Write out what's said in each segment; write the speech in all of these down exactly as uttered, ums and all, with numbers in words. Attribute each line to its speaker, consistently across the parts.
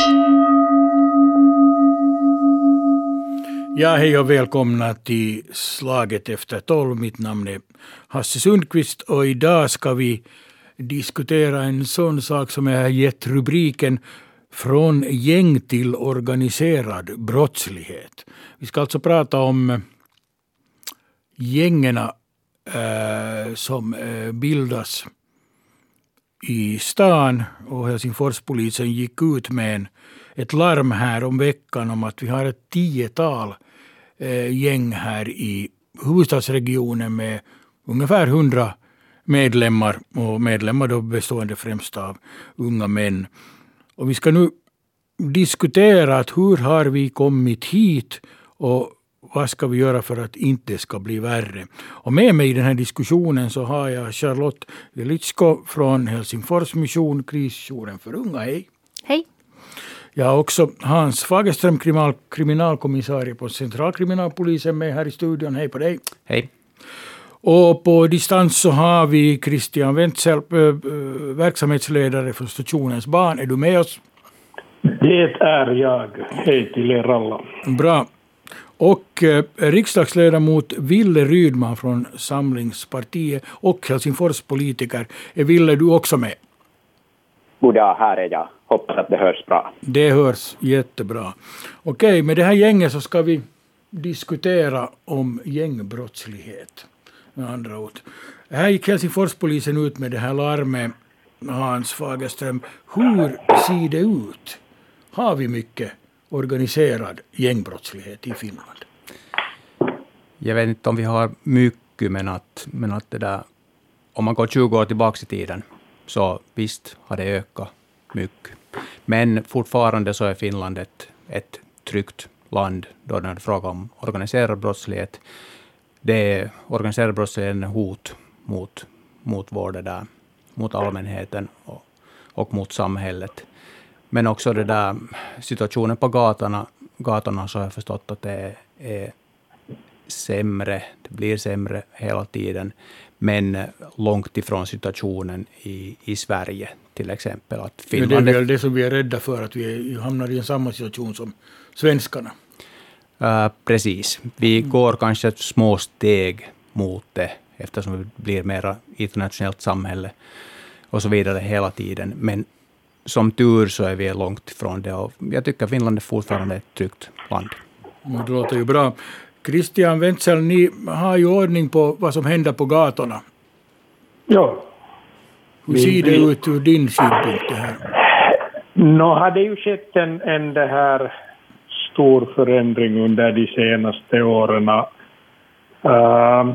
Speaker 1: Ja, hej och välkomna till Slaget efter tolv. Mitt namn är Hasse Sundqvist och idag ska vi diskutera en sån sak som jag har gett rubriken Från gäng till organiserad brottslighet. Vi ska alltså prata om gängerna äh, som äh, bildas i stan, och Helsingforspolisen gick ut med en, ett larm här om veckan om att vi har ett tiotal eh, gäng här i huvudstadsregionen med ungefär hundra medlemmar, och medlemmar då bestående främst av unga män. Och vi ska nu diskutera att hur har vi kommit hit och vad ska vi göra för att inte ska bli värre. Och med mig i den här diskussionen så har jag Charlotte Jelitsko från Helsingfors mission, krisjouren för unga. Hej.
Speaker 2: Hej.
Speaker 1: Jag har också Hans Fagerström, kriminal, kriminalkommissarie på Centralkriminalpolisen, med här i studion. Hej på dig.
Speaker 3: Hej.
Speaker 1: Och på distans så har vi Christian Wenzel, verksamhetsledare för stationens barn. Är du med oss?
Speaker 4: Det är jag. Hej till er alla.
Speaker 1: Bra. Och eh, riksdagsledamot Ville Rydman från Samlingspartiet och Helsingfors politiker. Är Ville du också med?
Speaker 5: Goddag, här är jag. Hoppas att det hörs bra.
Speaker 1: Det hörs jättebra. Okej, med det här gänget så ska vi diskutera om gängbrottslighet. Med andra ord. Här gick Helsingforspolisen ut med det här larmet, Hans Fagerström. Hur ser det ut? Har vi mycket organiserad gängbrottslighet i Finland?
Speaker 3: Jag vet inte om vi har mycket, men att, men att det där, om man går tjugo år tillbaka i tiden så visst har det ökat mycket. Men fortfarande så är Finland ett, ett tryggt land då det är fråga om organiserad brottslighet. Det är organiserad brottslighet en hot mot, mot, vår det där, mot allmänheten och, och mot samhället. Men också det där situationen på gatorna, gatorna så har jag förstått att det är sämre, det blir sämre hela tiden, men långt ifrån situationen i, i Sverige till exempel. Att Finland,
Speaker 1: men det är väl det som vi är rädda för, att vi hamnar i en samma situation som svenskarna.
Speaker 3: Uh, precis. Vi mm. går kanske ett små steg mot det eftersom vi blir mer internationellt samhälle och så vidare hela tiden. Men som tur så är vi långt ifrån det, och jag tycker att Finland är fortfarande ett tryggt land.
Speaker 1: Det låter ju bra. Christian Wenzel, ni har ju ordning på vad som händer på gatorna.
Speaker 4: Ja.
Speaker 1: Hur ser det ut ur din synpunkt det här?
Speaker 4: Nå har det ju skett en, en det här stor förändring under de senaste åren. Uh,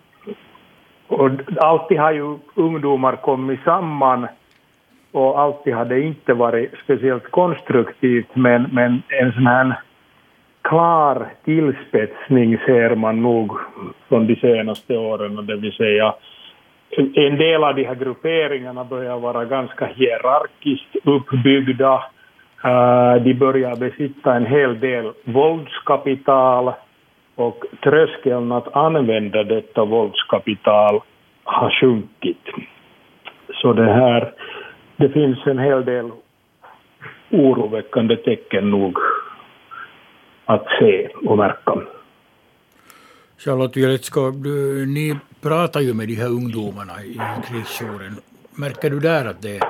Speaker 4: och alltid har ju ungdomar kommit samman, och alltid har det inte varit speciellt konstruktivt, men, men en sån här klar tillspetsning ser man nog från de senaste åren. Det vill säga, en del av de här grupperingarna börjar vara ganska hierarkiskt uppbyggda. De börjar besitta en hel del våldskapital, och tröskeln att använda detta våldskapital har sjunkit. Så det här, det finns en hel del oroväckande tecken nog att se och märka.
Speaker 1: Charlotte Jelitsko, ni pratar ju med de här ungdomarna i krisjouren. Märker du där att det är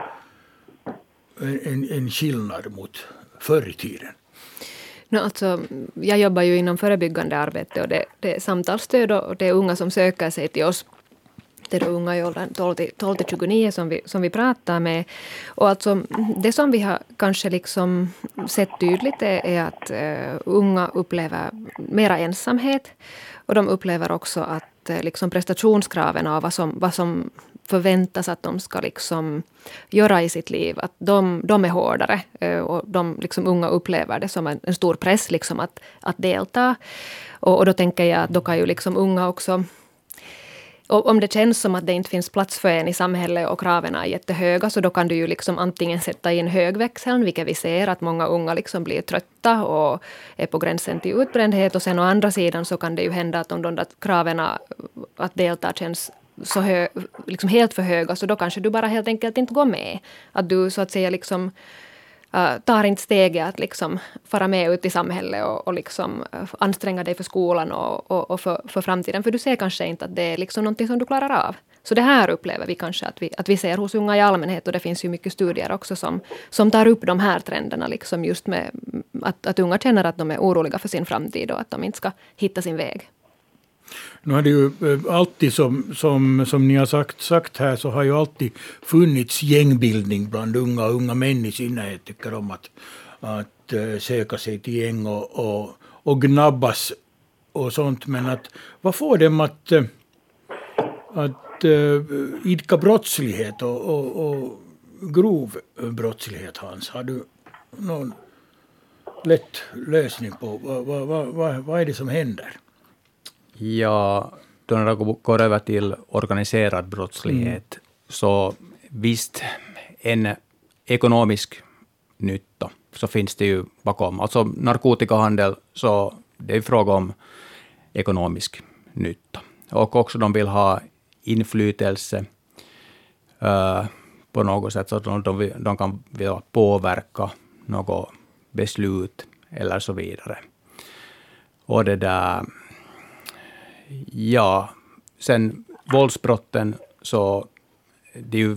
Speaker 1: en, en skillnad mot förr i tiden?
Speaker 2: No, alltså, jag jobbar ju inom förebyggande arbete, och det, det är samtalsstöd, och det är unga som söker sig till oss. Det är unga i åldern tolv till tjugonio som vi, som vi pratar med. Och alltså, det som vi har kanske liksom sett tydligt är, är att uh, unga upplever mera ensamhet. Och de upplever också att uh, liksom prestationskraven av vad som, vad som förväntas att de ska liksom göra i sitt liv, att de, de är hårdare, uh, och de liksom unga upplever det som en, en stor press liksom att, att delta. Och, och då tänker jag att då kan ju liksom unga också, och om det känns som att det inte finns plats för en i samhället och kraven är jättehöga, så då kan du ju liksom antingen sätta in högväxeln, vilket vi ser att många unga liksom blir trötta och är på gränsen till utbrändhet, och sen å andra sidan så kan det ju hända att om de där kraven att delta känns så hö, liksom helt för höga, så då kanske du bara helt enkelt inte går med. Att du så att säga liksom uh, tar inte steget att liksom fara med ut i samhället och, och liksom, uh, anstränga dig för skolan och, och, och för, för framtiden. För du ser kanske inte att det är liksom någonting som du klarar av. Så det här upplever vi kanske att vi, att vi ser hos unga i allmänhet, och det finns ju mycket studier också som, som tar upp de här trenderna, liksom just med att, att unga känner att de är oroliga för sin framtid och att de inte ska hitta sin väg.
Speaker 1: Nu har det ju alltid, som, som, som ni har sagt, sagt här, så har ju alltid funnits gängbildning bland unga och unga män i synnerhet tycker om att, att uh, söka sig till gäng och, och, och gnabbas och sånt. Men att, vad får dem att, uh, att uh, idka brottslighet och, och, och grov brottslighet, Hans? Har du någon lätt lösning på vad, vad, vad, vad är det som händer?
Speaker 3: Ja, då när det går över till organiserad brottslighet, mm. så visst, en ekonomisk nytta så finns det ju bakom. Alltså narkotikahandel, så det är fråga om ekonomisk nytta. Och också de vill ha inflytelse uh, på något sätt, så att de, de, de kan vilja påverka något beslut eller så vidare. Och det där... Ja, sen våldsbrotten, så det är ju,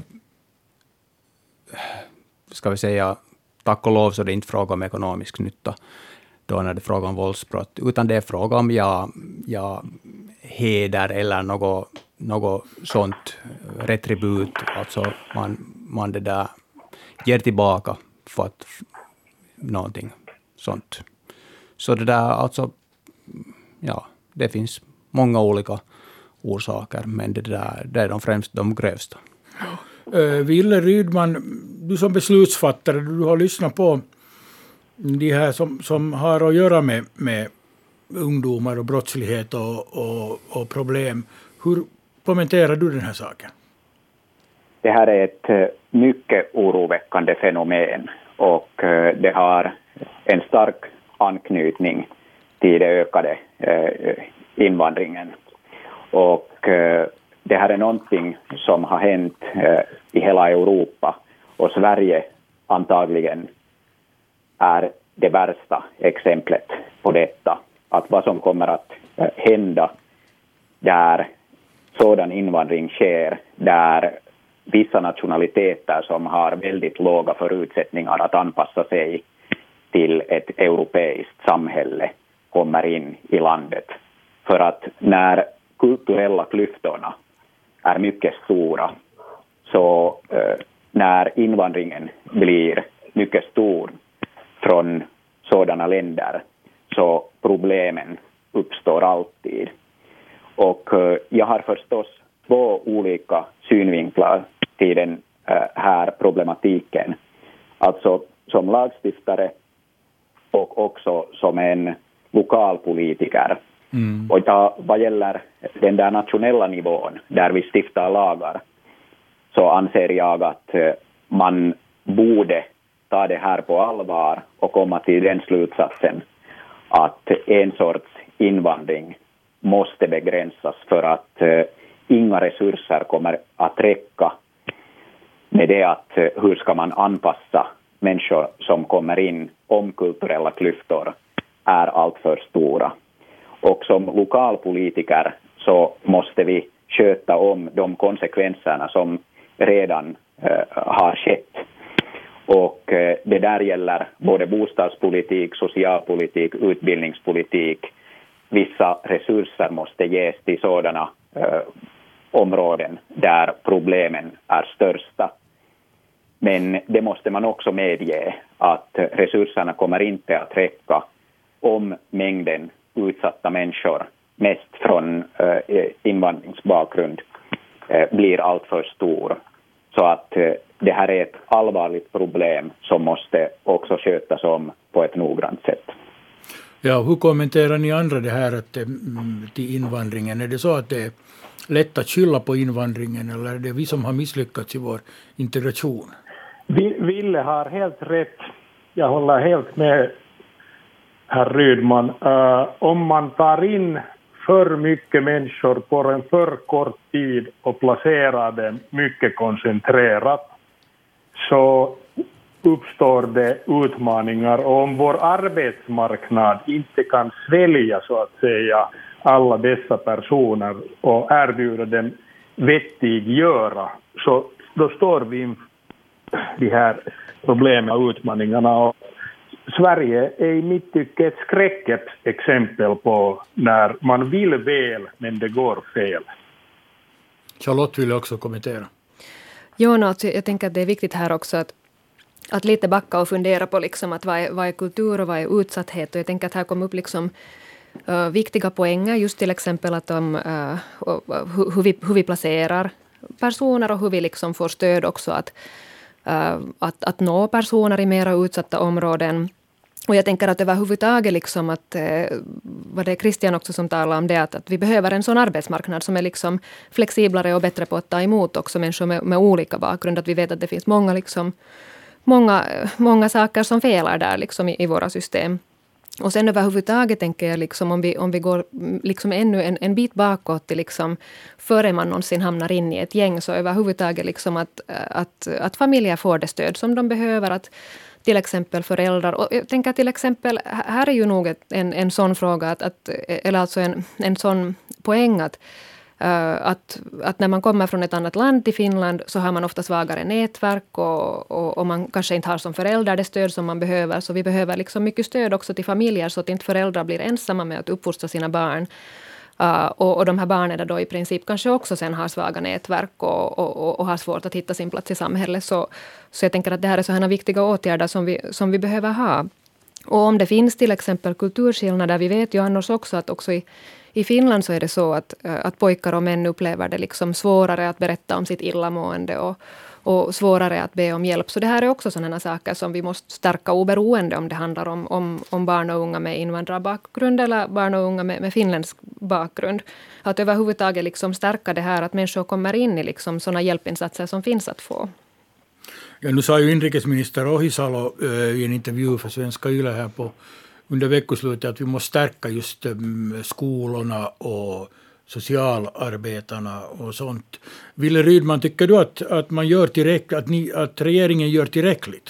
Speaker 3: ska vi säga, tack och lov så det är inte fråga om ekonomisk nytta då när det är fråga om våldsbrott, utan det är fråga om ja, ja, heder eller något, något sånt retribut, alltså man, man det där ger tillbaka för att någonting sånt. Så det där, alltså, ja, det finns många olika orsaker, men det, där, det är de främst de grövsta.
Speaker 1: Uh, Ville Rydman, du som beslutsfattare, du har lyssnat på de här som, som har att göra med, med ungdomar och brottslighet och, och, och problem. Hur kommenterar du den här saken?
Speaker 5: Det här är ett mycket oroväckande fenomen, och det har en stark anknytning till det ökade invandringen. Och eh, det här är någonting som har hänt eh, i hela Europa, och Sverige antagligen är det värsta exemplet på detta. Att vad som kommer att eh, hända där sådan invandring sker, där vissa nationaliteter som har väldigt låga förutsättningar att anpassa sig till ett europeiskt samhälle kommer in i landet. För att när kulturella klyftorna är mycket stora, så eh, när invandringen blir mycket stor från sådana länder, så problemen uppstår alltid. Och eh, jag har förstås två olika synvinklar till den eh, här problematiken. Alltså som lagstiftare och också som en lokalpolitiker. Mm. Och ja, vad gäller den där nationella nivån där vi stiftar lagar, så anser jag att man borde ta det här på allvar och komma till den slutsatsen att en sorts invandring måste begränsas, för att eh, inga resurser kommer att räcka med det att eh, hur ska man anpassa människor som kommer in om kulturella klyftor är alltför stora. Och som lokalpolitiker så måste vi sköta om de konsekvenserna som redan eh, har skett. Och eh, det där gäller både bostadspolitik, socialpolitik, utbildningspolitik. Vissa resurser måste ges till sådana eh, områden där problemen är största. Men det måste man också medge att resurserna kommer inte att räcka om mängden utsatta människor, mest från eh, invandringsbakgrund, eh, blir allt för stor. Så att eh, det här är ett allvarligt problem som måste också skötas om på ett noggrant sätt.
Speaker 1: Ja, hur kommenterar ni andra det här att, till invandringen? Är det så att det är lätt att skylla på invandringen, eller är det vi som har misslyckats i vår integration?
Speaker 4: Ville har helt rätt. Jag håller helt med herr Rydman. Uh, om man tar in för mycket människor på en för kort tid och placerar dem mycket koncentrerat, så uppstår det utmaningar, och om vår arbetsmarknad inte kan svälja så att säga alla dessa personer och erbjuda dem vettig göra, så då står vi inför de här problemen och utmaningarna. Och Sverige är i mitt tycke ett skräckexempel på när man vill väl men det går fel.
Speaker 1: Charlotte vill också kommentera.
Speaker 2: Jo, no, jag tänker att det är viktigt här också att, att lite backa och fundera på liksom att vad, är, vad är kultur och vad är utsatthet. Och jag tänker att här kommer upp liksom, uh, viktiga poänger, just till exempel att de, uh, hur, hur, vi, hur vi placerar personer och hur vi liksom får stöd också att, uh, att, att nå personer i mera utsatta områden. Och jag tänker att överhuvudtaget liksom att, eh, vad det är Christian också som talar om det, att, att vi behöver en sån arbetsmarknad som är liksom flexiblare och bättre på att ta emot också människor med, med olika bakgrund. Att vi vet att det finns många, liksom, många, många saker som felar där liksom i, i våra system. Och sen överhuvudtaget tänker jag liksom om vi, om vi går liksom ännu en, en bit bakåt till liksom före man någonsin hamnar in i ett gäng, så överhuvudtaget liksom att, att, att familjer får det stöd som de behöver, att till exempel föräldrar. Och jag tänker till exempel, här är ju nog en, en sån fråga, att, att, eller alltså en, en sån poäng att, uh, att, att när man kommer från ett annat land till Finland så har man ofta svagare nätverk och, och, och man kanske inte har som föräldrar det stöd som man behöver. Så vi behöver liksom mycket stöd också till familjer så att inte föräldrar blir ensamma med att uppfostra sina barn. Uh, och, och de här barnen då i princip kanske också sen har svaga nätverk och, och, och har svårt att hitta sin plats i samhället. Så, så jag tänker att det här är sådana viktiga åtgärder som vi, som vi behöver ha. Och om det finns till exempel kulturskillnader, vi vet ju annars också att också i, i Finland så är det så att, att pojkar och män upplever det liksom svårare att berätta om sitt illamående och, och svårare att be om hjälp. Så det här är också sådana saker som vi måste stärka oberoende om det handlar om, om, om barn och unga med invandrarbakgrund eller barn och unga med, med finländsk bakgrund. Att överhuvudtaget liksom stärka det här att människor kommer in i liksom sådana hjälpinsatser som finns att få.
Speaker 1: Ja, nu sa ju inrikesminister Ohisalo äh, i en intervju för Svenska Yle här på under veckoslutet att vi måste stärka just ähm, skolorna och socialarbetarna och sånt. Ville Rydman, tycker du att, att man gör tillräckligt, att, ni, att regeringen gör tillräckligt?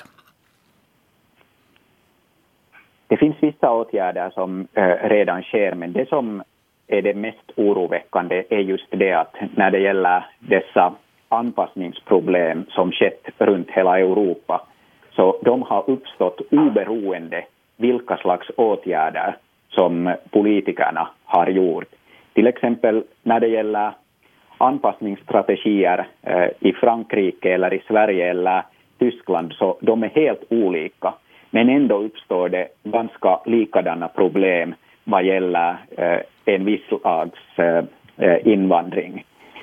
Speaker 5: Det finns vissa åtgärder som eh, redan sker, men det som är det mest oroväckande är just det att när det gäller dessa anpassningsproblem som skett runt hela Europa, så de har uppstått oberoende vilka slags åtgärder som politikerna har gjort. Till exempel när det gäller anpassningsstrategier eh, i Frankrike eller i Sverige eller Tyskland, så de är helt olika. Men ändå uppstår det ganska likadana problem vad gäller eh, en viss slags eh, invandring.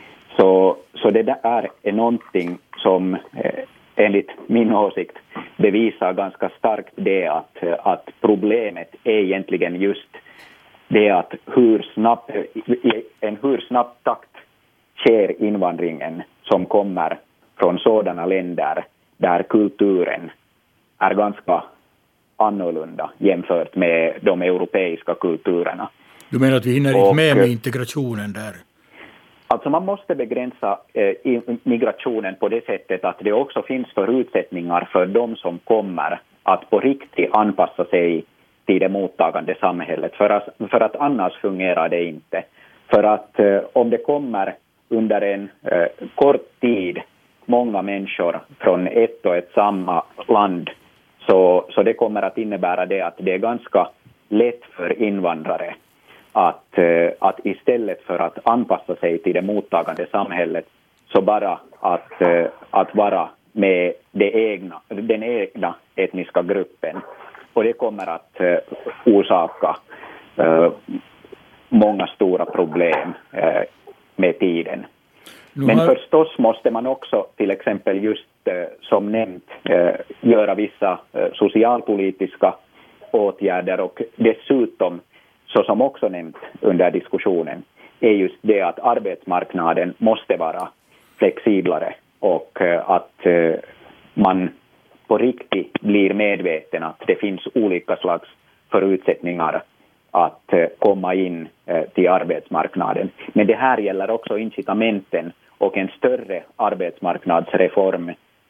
Speaker 5: Så, så det där är någonting som eh, enligt min åsikt bevisar ganska starkt det att, att problemet är egentligen just det att hur snabbt, i en hur snabb takt sker invandringen som kommer från sådana länder där kulturen är ganska annorlunda jämfört med de europeiska kulturerna.
Speaker 1: Du menar att vi hinner inte med med integrationen där?
Speaker 5: Alltså man måste begränsa eh, migrationen på det sättet att det också finns förutsättningar för de som kommer att på riktigt anpassa sig till det mottagande samhället. För att, för att annars fungerar det inte. För att eh, om det kommer under en eh, kort tid många människor från ett och ett samma land, så, så det kommer att innebära det att det är ganska lätt för invandrare att, eh, att istället för att anpassa sig till det mottagande samhället så bara att, eh, att vara med det egna, den egna etniska gruppen. Och det kommer att eh, orsaka eh, många stora problem eh, med tiden. Nu Men har... förstås måste man också till exempel just eh, som nämnt eh, göra vissa eh, socialpolitiska åtgärder, och dessutom, så som också nämnt under diskussionen, är just det att arbetsmarknaden måste vara flexiblare och eh, att eh, man på riktigt blir medveten att det finns olika slags förutsättningar att eh, komma in eh, till arbetsmarknaden. Men det här gäller också incitamenten och en större arbetsmarknadsreform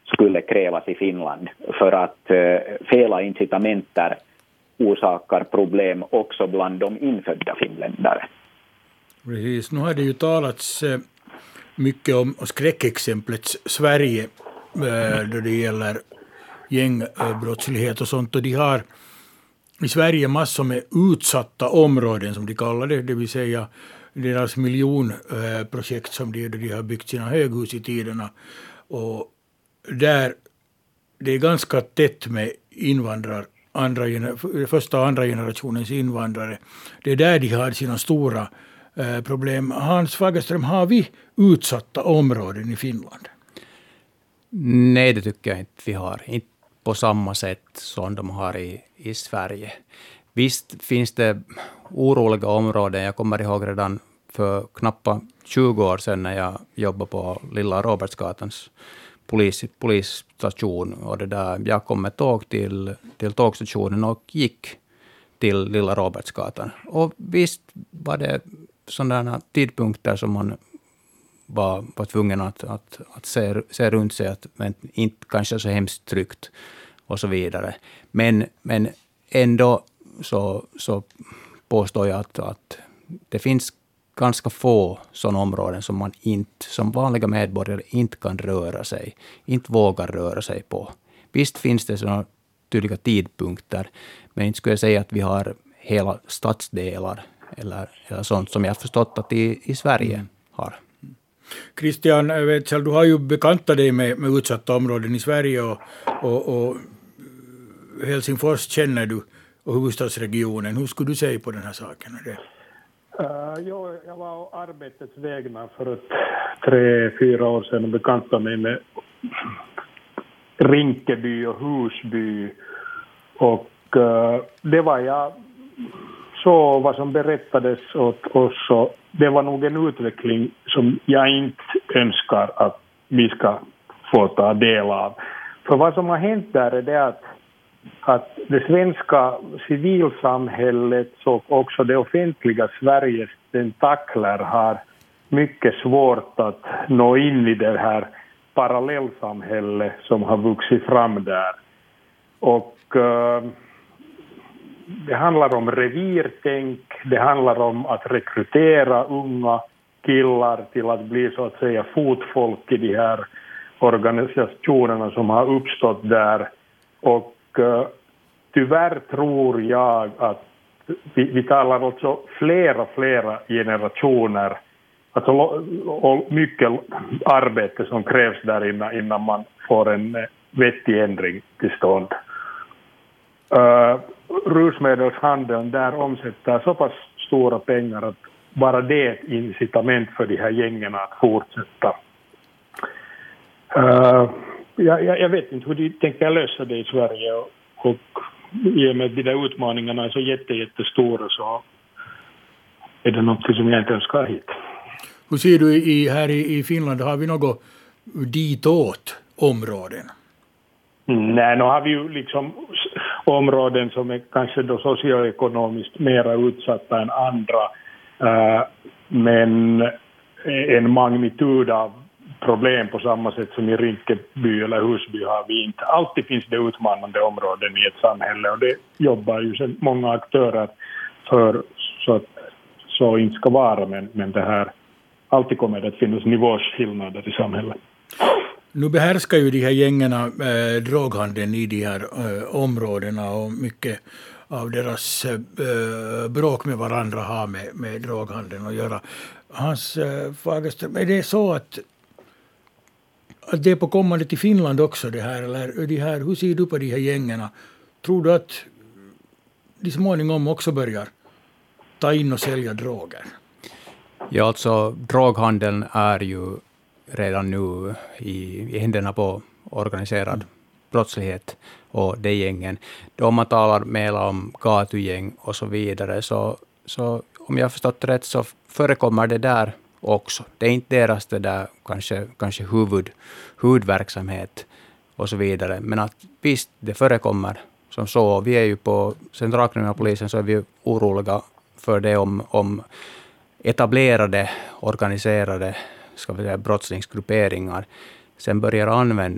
Speaker 5: skulle krävas i Finland för att uh, fela incitamenter orsakar problem också bland de infödda finländare.
Speaker 1: Precis, nu har det ju talats mycket om skräckexemplet Sverige då det gäller gängbrottslighet och sånt, och de har i Sverige massor med utsatta områden som de kallar det, det vill säga deras miljonprojekt som de, de har byggt sina höghus i tiderna, och där det är ganska tätt med invandrare, andra, första och andra generationens invandrare. Det är där de har sina stora eh, problem. Hans Fagerström, har vi utsatta områden i Finland?
Speaker 3: Nej, det tycker jag inte vi har. Inte på samma sätt som de har i, i Sverige. Visst finns det oroliga områden. Jag kommer ihåg redan för knappt tjugo år sedan när jag jobbade på Lilla Robertsgatans Polis, polisstation, och det där, jag kom med tåg till, till tågstationen och gick till Lilla Robertsgatan. Och visst var det sådana tidpunkter som man var, var tvungen att, att, att se, se runt sig, att men inte kanske så hemskt tryggt och så vidare. Men, men ändå så, så påstår jag att, att det finns ganska få sådana områden som man inte, som vanliga medborgare inte kan röra sig, inte vågar röra sig på. Visst finns det sådana tydliga tidpunkter, men inte skulle jag säga att vi har hela stadsdelar eller, eller sånt som jag har förstått att i, i Sverige har.
Speaker 1: Christian Wetzel, du har ju bekantat dig med, med utsatta områden i Sverige, och, och, och Helsingfors känner du, och huvudstadsregionen. Hur skulle du säga på den här saken? Det?
Speaker 4: Uh, jo, jag var och arbetets vägnar för ett, tre, fyra år sedan och bekantade mig med Rinkeby och Husby. Och uh, det var jag så vad som berättades åt oss, och det var nog en utveckling som jag inte önskar att vi ska få ta del av. För vad som har hänt där är det att att det svenska civilsamhället och också det offentliga Sveriges tentakler har mycket svårt att nå in i det här parallellsamhället som har vuxit fram där. Och uh, det handlar om revirtänk, det handlar om att rekrytera unga killar till att bli så att säga fotfolk i de här organisationerna som har uppstått där. Och Uh, tyvärr tror jag att vi, vi talar alltså flera, flera generationer, alltså och mycket arbete som krävs där innan, innan man får en vettig ändring till stånd. Uh, rusmedelshandeln där omsätter så pass stora pengar att bara det är ett incitament för de här gängen att fortsätta. Uh, Jag, jag, jag vet inte hur de tänker lösa det i Sverige, och, och i och med att de där utmaningarna är så jätte, jättestora så är det något som jag inte önskar hit.
Speaker 1: Hur ser du i, här i, i Finland, har vi något ditåt områden?
Speaker 4: Mm, nej, nu har vi ju liksom områden som är kanske då socioekonomiskt mera utsatta än andra, uh, men en magnitud av problem på samma sätt som i Rinkeby eller Husby har vi inte. Alltid finns det utmanande områden i ett samhälle, och det jobbar ju så många aktörer för så att så inte ska vara, men, men det här alltid kommer det att finnas nivåskillnader i samhället.
Speaker 1: Nu behärskar ju de här gängerna eh, droghandeln i de här eh, områdena, och mycket av deras eh, bråk med varandra har med, med droghandeln att göra. Hans eh, Fagerström, är det så att att det är på kommande till Finland också det här, eller det här, hur ser du på de här gängerna? Tror du att de småningom också börjar ta in och sälja droger?
Speaker 3: Ja, alltså droghandeln är ju redan nu i, i händerna på organiserad mm. brottslighet och det gängen. Då man talar mer om gatugäng och så vidare, så, så om jag har förstått rätt så förekommer det där också. Det är inte deras det där kanske, kanske huvud, huvudverksamhet och så vidare. Men att visst, det förekommer som så. Vi är ju på centralkriminalpolisen, så är vi oroliga för det om, om etablerade, organiserade ska vi säga, brottslingsgrupperingar sen börjar använda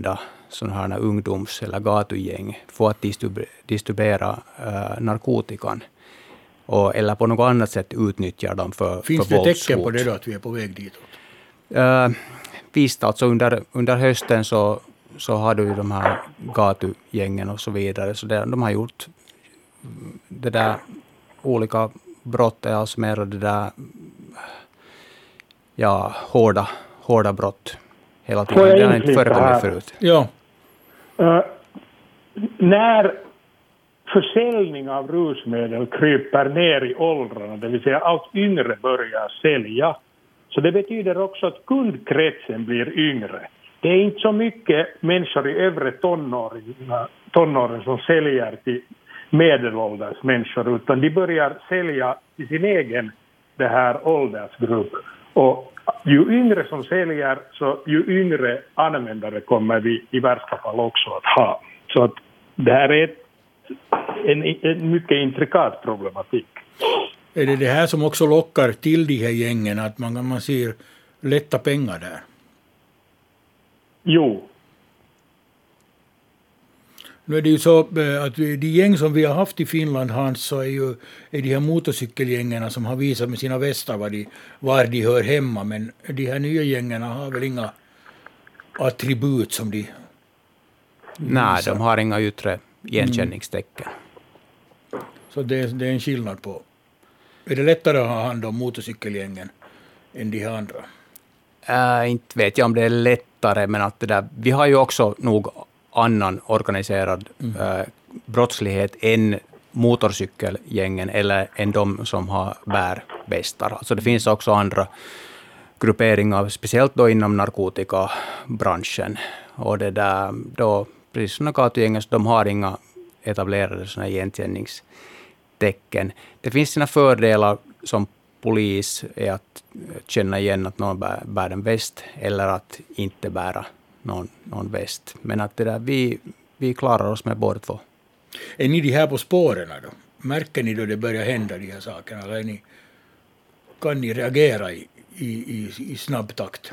Speaker 3: sådana här ungdoms- eller gatugäng för att distrib- distribuera uh, narkotikan. Och, eller på något annat sätt utnyttjar dem för,
Speaker 1: Finns
Speaker 3: för
Speaker 1: det tecken på det då, att vi är på väg ditåt?
Speaker 3: Uh, visst, alltså under, under hösten så, så har du de här gatugängen och så vidare. Så det, de har gjort det där olika brott, alltså mer det där ja, hårda, hårda brott hela tiden. Det har inte förekommit förut.
Speaker 1: Ja.
Speaker 4: Uh, när försäljning av rusmedel kryper ner i åldrarna, det vill säga allt yngre börjar sälja, så det betyder också att kundkretsen blir yngre. Det är inte så mycket människor i övre tonåren, tonåren som säljer till medelålders människor, utan de börjar sälja till sin egen det här åldersgrupp. Och ju yngre som säljer, så ju yngre användare kommer vi i värsta fall också att ha. Så att det här är en, en mycket intrikat problematik.
Speaker 1: Är det det här som också lockar till de här gängen, att man, man ser lätta pengar där?
Speaker 4: Jo.
Speaker 1: Nu är det ju så att de gäng som vi har haft i Finland, Hans, så är ju är de här motorcykelgängerna som har visat med sina västar var de, var de hör hemma. Men de här nya gängerna har väl inga attribut som de...
Speaker 3: Nej, de har inga yttre igenkänningstecken.
Speaker 1: Mm. Så det, det är en skillnad på... Är det lättare att ha hand om motorcykelgängen än de här andra?
Speaker 3: Äh, inte vet jag om det är lättare, men att det där, vi har ju också nog annan organiserad mm. äh, brottslighet än motorcykelgängen eller än de som har bär västar. Alltså det finns också andra grupperingar, speciellt då inom narkotikabranschen. Och det där, då, precis som gatugängen, de har inga etablerade såna igenkänningstecken. Det finns sina fördelar som polis är att känna igen att någon bär, bär en väst eller att inte bära någon, någon väst. Men att det där, vi, vi klarar oss med båda två.
Speaker 1: Är ni de här på spåren då? Märker ni då det börjar hända de här sakerna? Eller är ni, kan ni reagera i, i, i, i snabb takt?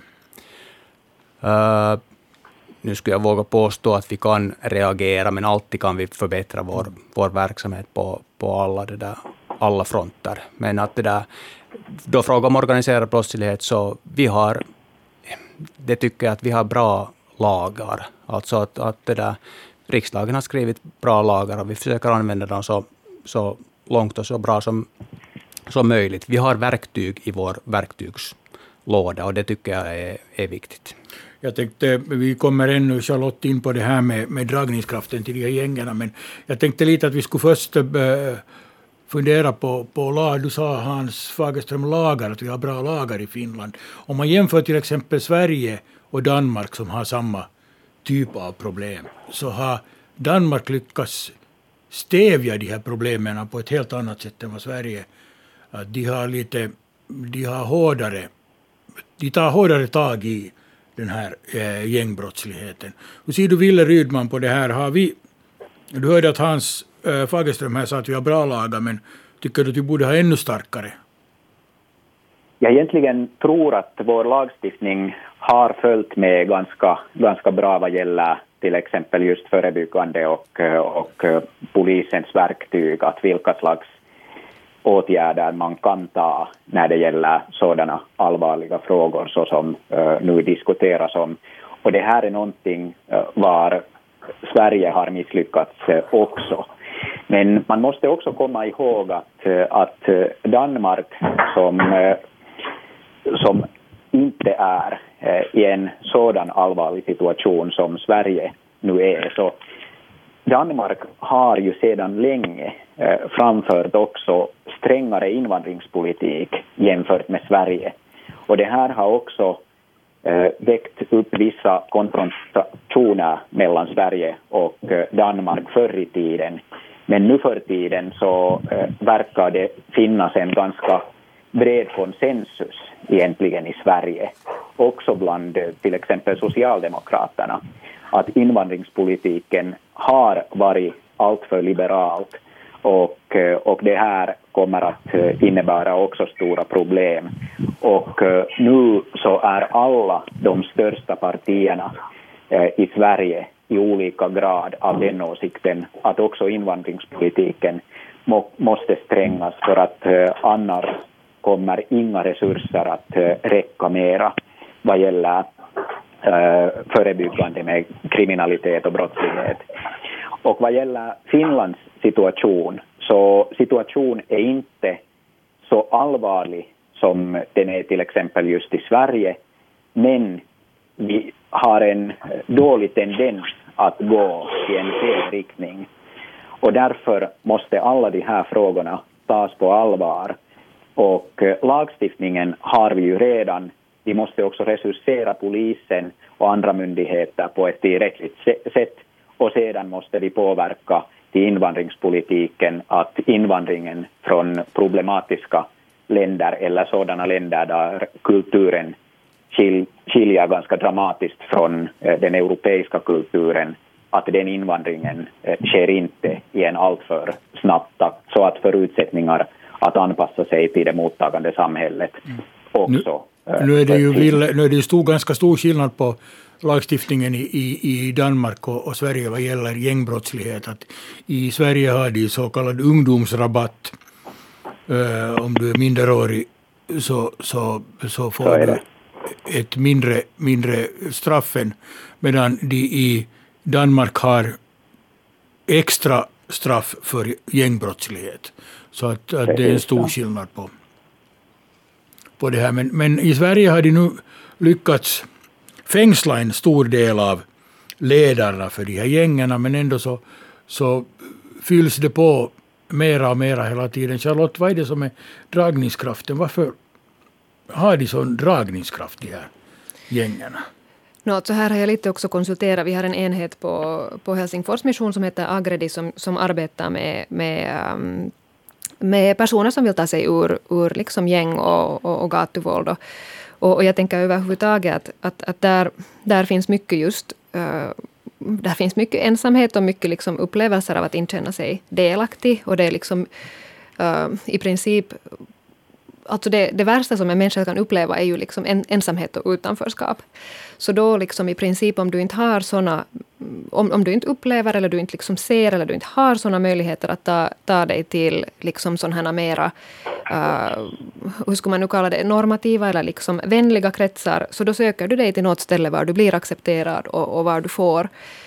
Speaker 3: Uh, nu skulle jag våga påstå att vi kan reagera, men alltid kan vi förbättra vår, mm. vår verksamhet på, på alla, det där, alla fronter. Men att det där, då frågar om organiserad brottslighet, så vi har, det tycker jag att vi har bra lagar. Alltså att, att det där, riksdagen har skrivit bra lagar och vi försöker använda dem så, så långt och så bra som, som möjligt. Vi har verktyg i vår verktygslåda och det tycker jag är, är viktigt.
Speaker 1: Jag tänkte, vi kommer ännu, Charlotte, in på det här med, med dragningskraften till de här gängerna, men jag tänkte lite att vi skulle först äh, fundera på, på lag. Du sa, Hans Fagerström, lagar, att vi har bra lagar i Finland. Om man jämför till exempel Sverige och Danmark som har samma typ av problem, så har Danmark lyckats stävja de här problemen på ett helt annat sätt än vad Sverige. Att de har lite, de har hårdare, de tar hårdare tag i den här äh, gängbrottsligheten. Hur ser du, Ville Rydman, på det här? Har vi, du hörde att Hans äh, Fagerström här sa att vi har bra lagar, men tycker du att vi borde ha ännu starkare?
Speaker 5: Jag egentligen tror att vår lagstiftning har följt med ganska, ganska bra vad gäller till exempel just förebyggande och, och polisens verktyg, att vilka slags åtgärder man kan ta när det gäller sådana allvarliga frågor så som uh, nu diskuteras om. Och det här är någonting uh, var Sverige har misslyckats uh, också. Men man måste också komma ihåg att, uh, att uh, Danmark som, uh, som inte är uh, i en sådan allvarlig situation som Sverige nu är, så Danmark har ju sedan länge eh, framfört också strängare invandringspolitik jämfört med Sverige. Och det här har också eh, väckt upp vissa konfrontationer mellan Sverige och eh, Danmark förr i tiden. Men nu för tiden så eh, verkar det finnas en ganska bred konsensus egentligen i Sverige. Också bland eh, till exempel Socialdemokraterna. Att invandringspolitiken har varit alltför liberalt och, och det här kommer att innebära också stora problem. Och nu så är alla de största partierna i Sverige i olika grad av den åsikten att också invandringspolitiken må, måste strängas för att eh, annars kommer inga resurser att eh, räcka mera vad gäller eh, förebyggande med kriminalitet och brottslighet. Och vad gäller Finlands situation, så situation är inte så allvarlig som den är till exempel just i Sverige, men vi har en dålig tendens att gå i en fel riktning. Och därför måste alla de här frågorna tas på allvar. Och lagstiftningen har vi ju redan. Vi måste också resursera polisen och andra myndigheter på ett tillräckligt sätt. Och sedan måste vi påverka till invandringspolitiken att invandringen från problematiska länder eller sådana länder där kulturen skiljer ganska dramatiskt från den europeiska kulturen, att den invandringen sker inte i en alltför snabb takt så att förutsättningar att anpassa sig till det mottagande samhället också.
Speaker 1: Nu, nu är det ju vill, nu är det ju stor, ganska stor skillnad på lagstiftningen i, i, i Danmark och, och Sverige vad gäller gängbrottslighet. Att i Sverige har de så kallad ungdomsrabatt. Uh, om du är minderårig så, så, så får så du ett mindre, mindre straffen, medan de i Danmark har extra straff för gängbrottslighet. Så att, att det är en stor skillnad på, på det här. Men, men i Sverige har de nu lyckats fängsla en stor del av ledarna för de här gängerna, men ändå så, så fylls det på mera och mera hela tiden. Charlotte, vad är det som är dragningskraften? Varför har de sån dragningskraft, de här gängerna?
Speaker 2: No, så här har jag lite också konsulterat. Vi har en enhet på, på Helsingfors mission som heter Agredi som, som arbetar med, med, um, med personer som vill ta sig ur, ur liksom gäng och, och, och gatuvåld. Och, och jag tänker överhuvudtaget att, att, att där, där finns mycket just uh, där finns mycket ensamhet och mycket liksom upplevelser av att inte känna sig delaktig. Och det är liksom uh, i princip alltså det, det värsta som en människa kan uppleva är ju liksom en, ensamhet och utanförskap. Så då liksom i princip om du inte har såna, om, om du inte upplever eller du inte liksom ser eller du inte har såna möjligheter att ta, ta dig till liksom sådana här mera, uh, hur ska man nu kalla det, normativa eller liksom vänliga kretsar, så då söker du dig till något ställe var du blir accepterad och, och var du får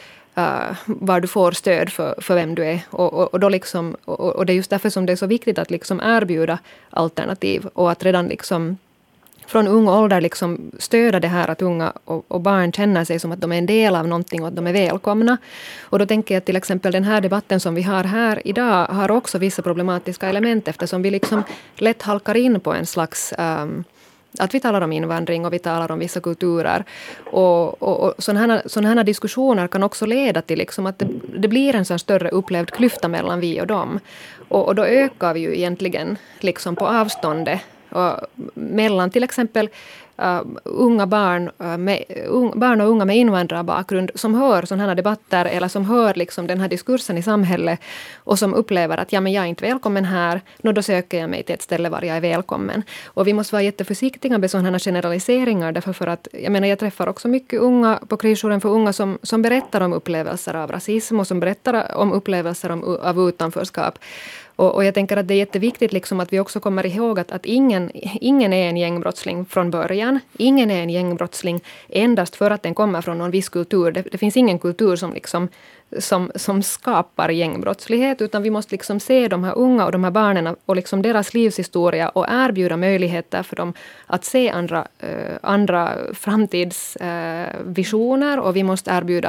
Speaker 2: Uh, var du får stöd för, för vem du är. Och, och, och, då liksom, och, och det är just därför som det är så viktigt att liksom erbjuda alternativ och att redan liksom från ung ålder liksom stödja det här att unga och, och barn känner sig som att de är en del av någonting och att de är välkomna. Och då tänker jag att till exempel den här debatten som vi har här idag har också vissa problematiska element eftersom vi liksom lätt halkar in på en slags um, att vi talar om invandring och vi talar om vissa kulturer. Och, och, och sådana, här, sådana här diskussioner kan också leda till liksom att det, det blir en sån större upplevd klyfta mellan vi och dem. Och, och då ökar vi ju egentligen liksom på avståndet och mellan till exempel Uh, unga barn, uh, med, un, barn och unga med invandrarbakgrund som hör sådana här debatter eller som hör liksom den här diskursen i samhället och som upplever att ja, men jag är inte välkommen här, nå då söker jag mig till ett ställe var jag är välkommen. Och vi måste vara jätteförsiktiga med sådana här generaliseringar därför för att jag menar jag träffar också mycket unga på krisjouren för unga som, som berättar om upplevelser av rasism och som berättar om upplevelser om, av utanförskap. Och, och jag tänker att det är jätteviktigt liksom att vi också kommer ihåg att, att ingen, ingen är en gängbrottsling från början. Ingen är en gängbrottsling endast för att den kommer från någon viss kultur. Det, det finns ingen kultur som, liksom, som, som skapar gängbrottslighet utan vi måste liksom se de här unga och de här barnen och liksom deras livshistoria och erbjuda möjligheter för dem att se andra, eh, andra framtidsvisioner eh, och vi måste erbjuda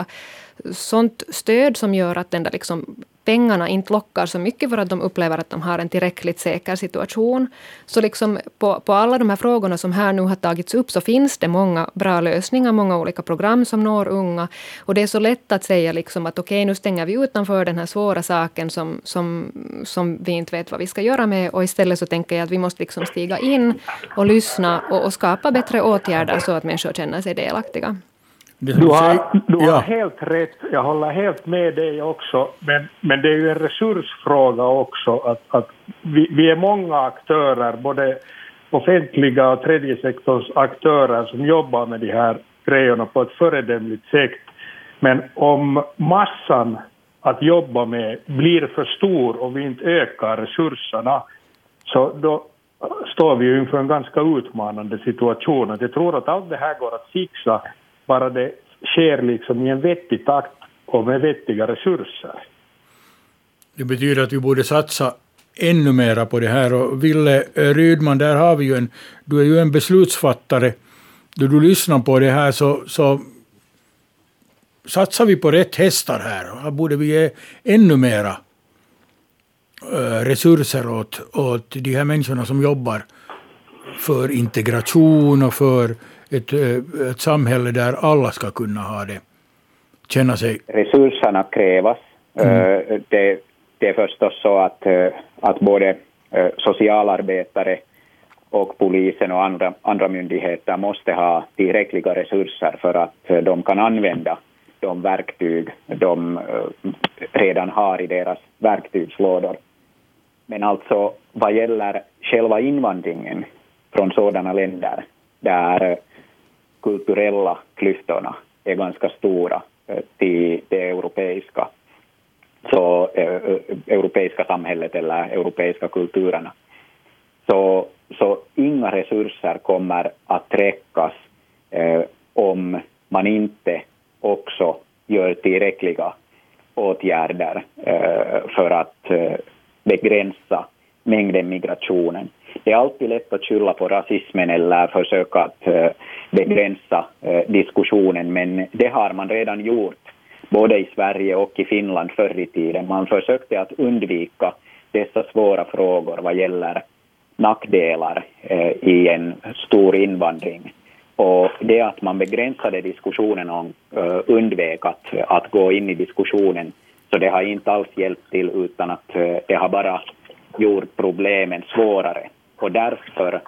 Speaker 2: sånt stöd som gör att den där liksom pengarna inte lockar så mycket för att de upplever att de har en tillräckligt säker situation. Så liksom på, på alla de här frågorna som här nu har tagits upp så finns det många bra lösningar, många olika program som når unga. Och det är så lätt att säga liksom att okej, nu stänger vi utanför den här svåra saken som, som, som vi inte vet vad vi ska göra med. Och istället så tänker jag att vi måste liksom stiga in och lyssna och, och skapa bättre åtgärder så att människor känner sig delaktiga.
Speaker 4: Du har, du har helt rätt, jag håller helt med dig också, men, men det är ju en resursfråga också att, att vi, vi är många aktörer, både offentliga och tredje sektors aktörer som jobbar med de här grejerna på ett föredömligt sätt. Men om massan att jobba med blir för stor och vi inte ökar resurserna, så då står vi ju inför en ganska utmanande situation. Jag tror att allt det här går att fixa, bara det sker liksom i en vettig takt och med vettiga resurser.
Speaker 1: Det betyder att vi borde satsa ännu mera på det här. Och Ville Rydman, där har vi ju en, du är ju en beslutsfattare. Då du lyssnar på det här så, så satsar vi på rätt hästar här. Här borde vi ge ännu mera resurser åt, åt de här människorna som jobbar för integration och för ett, ett samhälle där alla ska kunna ha det. Känna sig.
Speaker 5: Resurserna krävs. Mm. Det, det är förstås så att, att både socialarbetare och polisen och andra, andra myndigheter måste ha tillräckliga resurser för att de kan använda de verktyg de redan har i deras verktygslådor. Men alltså vad gäller själva invandringen från sådana länder där kulturella klyftorna är ganska stora till det europeiska, så eh, europeiska samhället eller europeiska kulturerna, så, så inga resurser kommer att räckas eh, om man inte också gör tillräckliga åtgärder eh, för att eh, begränsa mängden migrationen. Det är alltid lätt att skylla på rasismen eller försöka att eh, begränsa eh, diskussionen, men det har man redan gjort både i Sverige och i Finland förr i tiden. Man försökte att undvika dessa svåra frågor vad gäller nackdelar eh, i en stor invandring. Och det att man begränsade diskussionen och uh, undvek att, att gå in i diskussionen, så det har inte alls hjälpt till, utan att uh, det har bara gjort problemen svårare. Och därför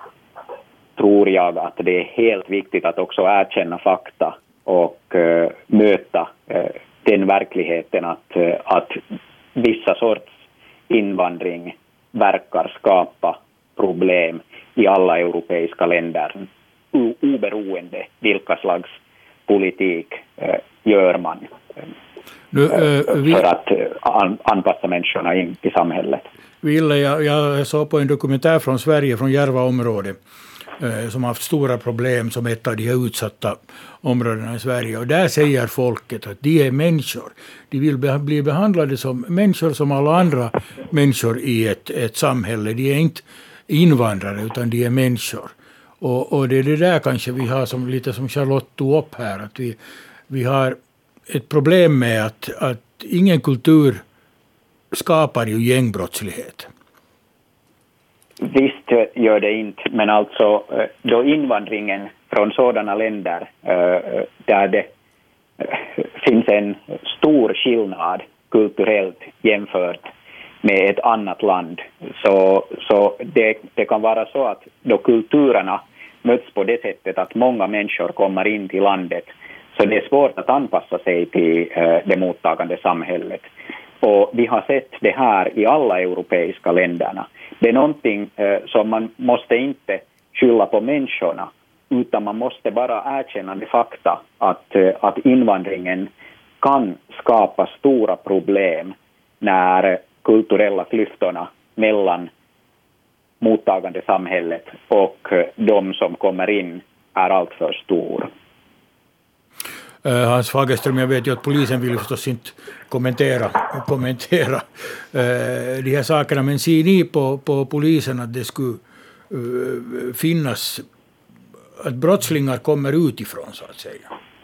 Speaker 5: tror jag att det är helt viktigt att också erkänna fakta och uh, möta uh, den verkligheten att, uh, att vissa sorts invandring verkar skapa problem i alla europeiska länder, oberoende vilka slags politik eh, gör man eh, nu, äh, vi, för att eh, an, anpassa människorna in i samhället.
Speaker 1: Ville, jag, jag såg på en dokumentär från Sverige, från Järva-området, eh, som har haft stora problem som ett av de här utsatta områdena i Sverige. Och där säger folket att de är människor. De vill be, bli behandlade som människor som alla andra människor i ett, ett samhälle. De är inte invandrare utan de är människor. Och, och det är det där kanske vi har, som lite som Charlotte tog upp här, att vi, vi har ett problem med att, att ingen kultur skapar ju gängbrottslighet.
Speaker 5: Visst gör det inte, men alltså då invandringen från sådana länder där det finns en stor skillnad kulturellt jämfört med ett annat land, så, så det, det kan vara så att då kulturerna möts på det sättet att många människor kommer in till landet, så det är svårt att anpassa sig till eh, det mottagande samhället. Och vi har sett det här i alla europeiska länderna. Det är någonting eh, som man måste inte skylla på människorna, utan man måste bara erkänna det fakta att, eh, att invandringen kan skapa stora problem när kulturella klyftorna mellan mottagande samhället och de som kommer in är allt för stor.
Speaker 1: Uh, Hans Fagerström, jag vet ju att polisen vill förstås inte kommentera, kommentera uh, de här sakerna, men ser ni på, på polisen att det skulle uh, finnas, att brottslingar kommer utifrån så att säga?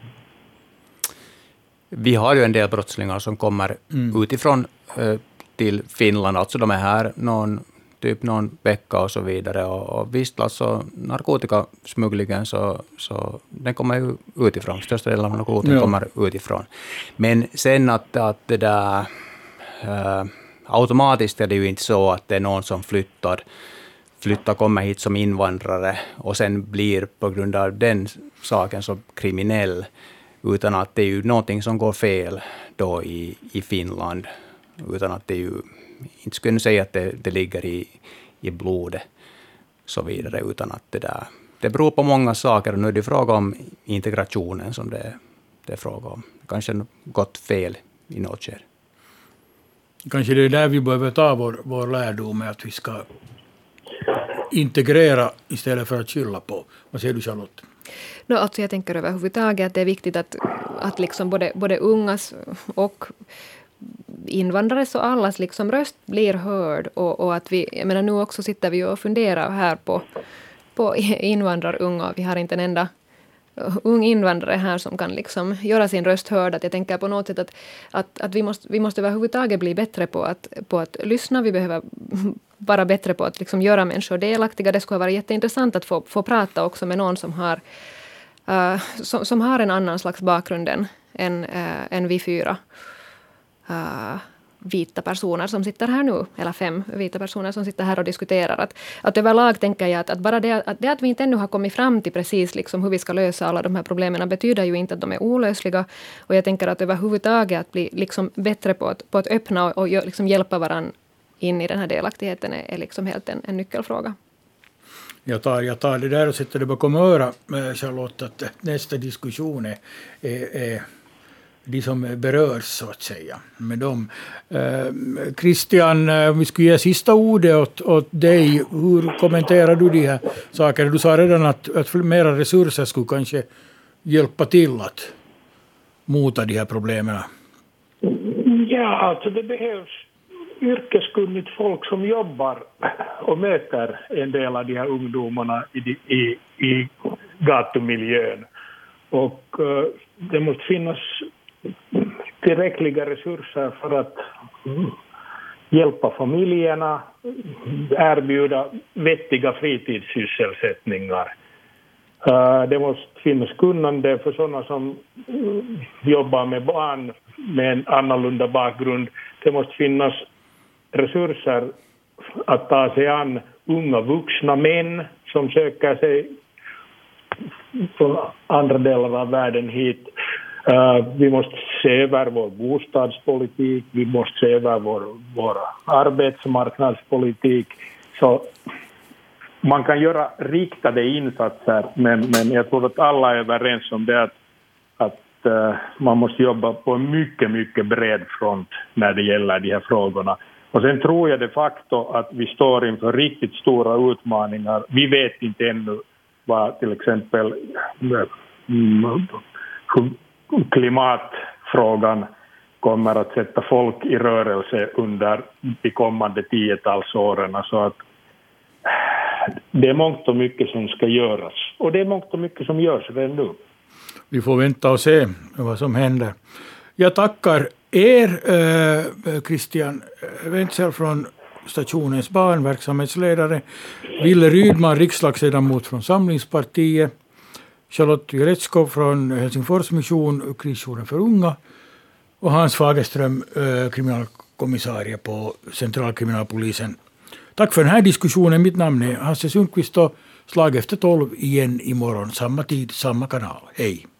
Speaker 3: Vi har ju en del brottslingar som kommer mm. utifrån uh, till Finland, alltså de är här någon, typ någon vecka och så vidare. Och, och visst, alltså narkotikasmugglingen så, så den kommer ju utifrån. Största delen av narkotikan ja. kommer utifrån. Men sen att, att det där äh, automatiskt är det ju inte så att det är någon som flyttar, flyttar kommer hit som invandrare och sen blir på grund av den saken så kriminell, utan att det är ju någonting som går fel då i, i Finland. Utan att det ju, inte skulle säga att det, det ligger i, i blodet så vidare, utan att det där, det beror på många saker, och nu är det fråga om integrationen som det, det är fråga om. Kanske gått fel i något skede.
Speaker 1: Kanske det är där vi behöver ta vår, vår lärdom med att vi ska integrera istället för att skylla på. Vad säger du, Charlotte?
Speaker 2: No, alltså jag tänker överhuvudtaget att det är viktigt att, att liksom både, både ungas och invandrares och allas liksom röst blir hörd. Och, och att vi, jag menar nu också sitter vi och funderar här på, på invandrarunga. Vi har inte en enda ung invandrare här som kan liksom göra sin röst hörd. Att jag tänker på något sätt att, att, att vi, måste, vi måste överhuvudtaget bli bättre på att, på att lyssna. Vi behöver vara bättre på att liksom göra människor delaktiga. Det skulle vara jätteintressant att få, få prata också med någon som har, uh, som, som har en annan slags bakgrund än, än, uh, än vi fyra uh, vita personer som sitter här nu, eller fem vita personer som sitter här och diskuterar. Att, att överlag tänker jag att, att bara det att, det att vi inte ännu har kommit fram till precis liksom hur vi ska lösa alla de här problemen betyder ju inte att de är olösliga. Och jag tänker att överhuvudtaget att bli liksom bättre på att, på att öppna och, och liksom hjälpa varandra in i den här delaktigheten är, är liksom helt en, en nyckelfråga.
Speaker 1: Jag tar, jag tar det där och sätter det bakom öra, Charlotte, att nästa diskussion är, är, är de som berörs så att säga med dem. Eh, Christian, vi skulle ge sista ordet åt, åt dig. Hur kommenterar du de här sakerna? Du sa redan att, att mera resurser skulle kanske hjälpa till att mota de här problemen.
Speaker 4: Ja, alltså det behövs yrkeskunnigt folk som jobbar och möter en del av de här ungdomarna i, i, i gatumiljön. Och uh, det måste finnas tillräckliga resurser för att mm, hjälpa familjerna, erbjuda vettiga fritidssysselsättningar. Uh, det måste finnas kunnande för sådana som mm, jobbar med barn med en annorlunda bakgrund. Det måste finnas resurser att ta sig an unga vuxna män som söker sig från andra delar av världen hit. Uh, vi måste se över vår bostadspolitik, vi måste se över vår, vår arbetsmarknadspolitik. Så man kan göra riktade insatser, men, men jag tror att alla är överens om det att, att uh, man måste jobba på en mycket, mycket bred front när det gäller de här frågorna. Och sen tror jag de facto att vi står inför riktigt stora utmaningar. Vi vet inte ännu vad till exempel mm, klimatfrågan kommer att sätta folk i rörelse under de kommande tiotals åren. Så att det är mångt och mycket som ska göras. Och det är mångt och mycket som görs redan nu.
Speaker 1: Vi får vänta och se vad som händer. Jag tackar er, eh, Christian Wenzel från stationens barnverksamhetsledare, Ville Rydman, riksdagsledamot från Samlingspartiet, Charlotte Juretskov från Helsingfors mission, Krisjouren för unga, och Hans Fagerström, eh, kriminalkommissarie på Centralkriminalpolisen. Tack för den här diskussionen. Mitt namn är Hasse Sundqvist och slag efter tolv igen imorgon, samma tid, samma kanal. Hej!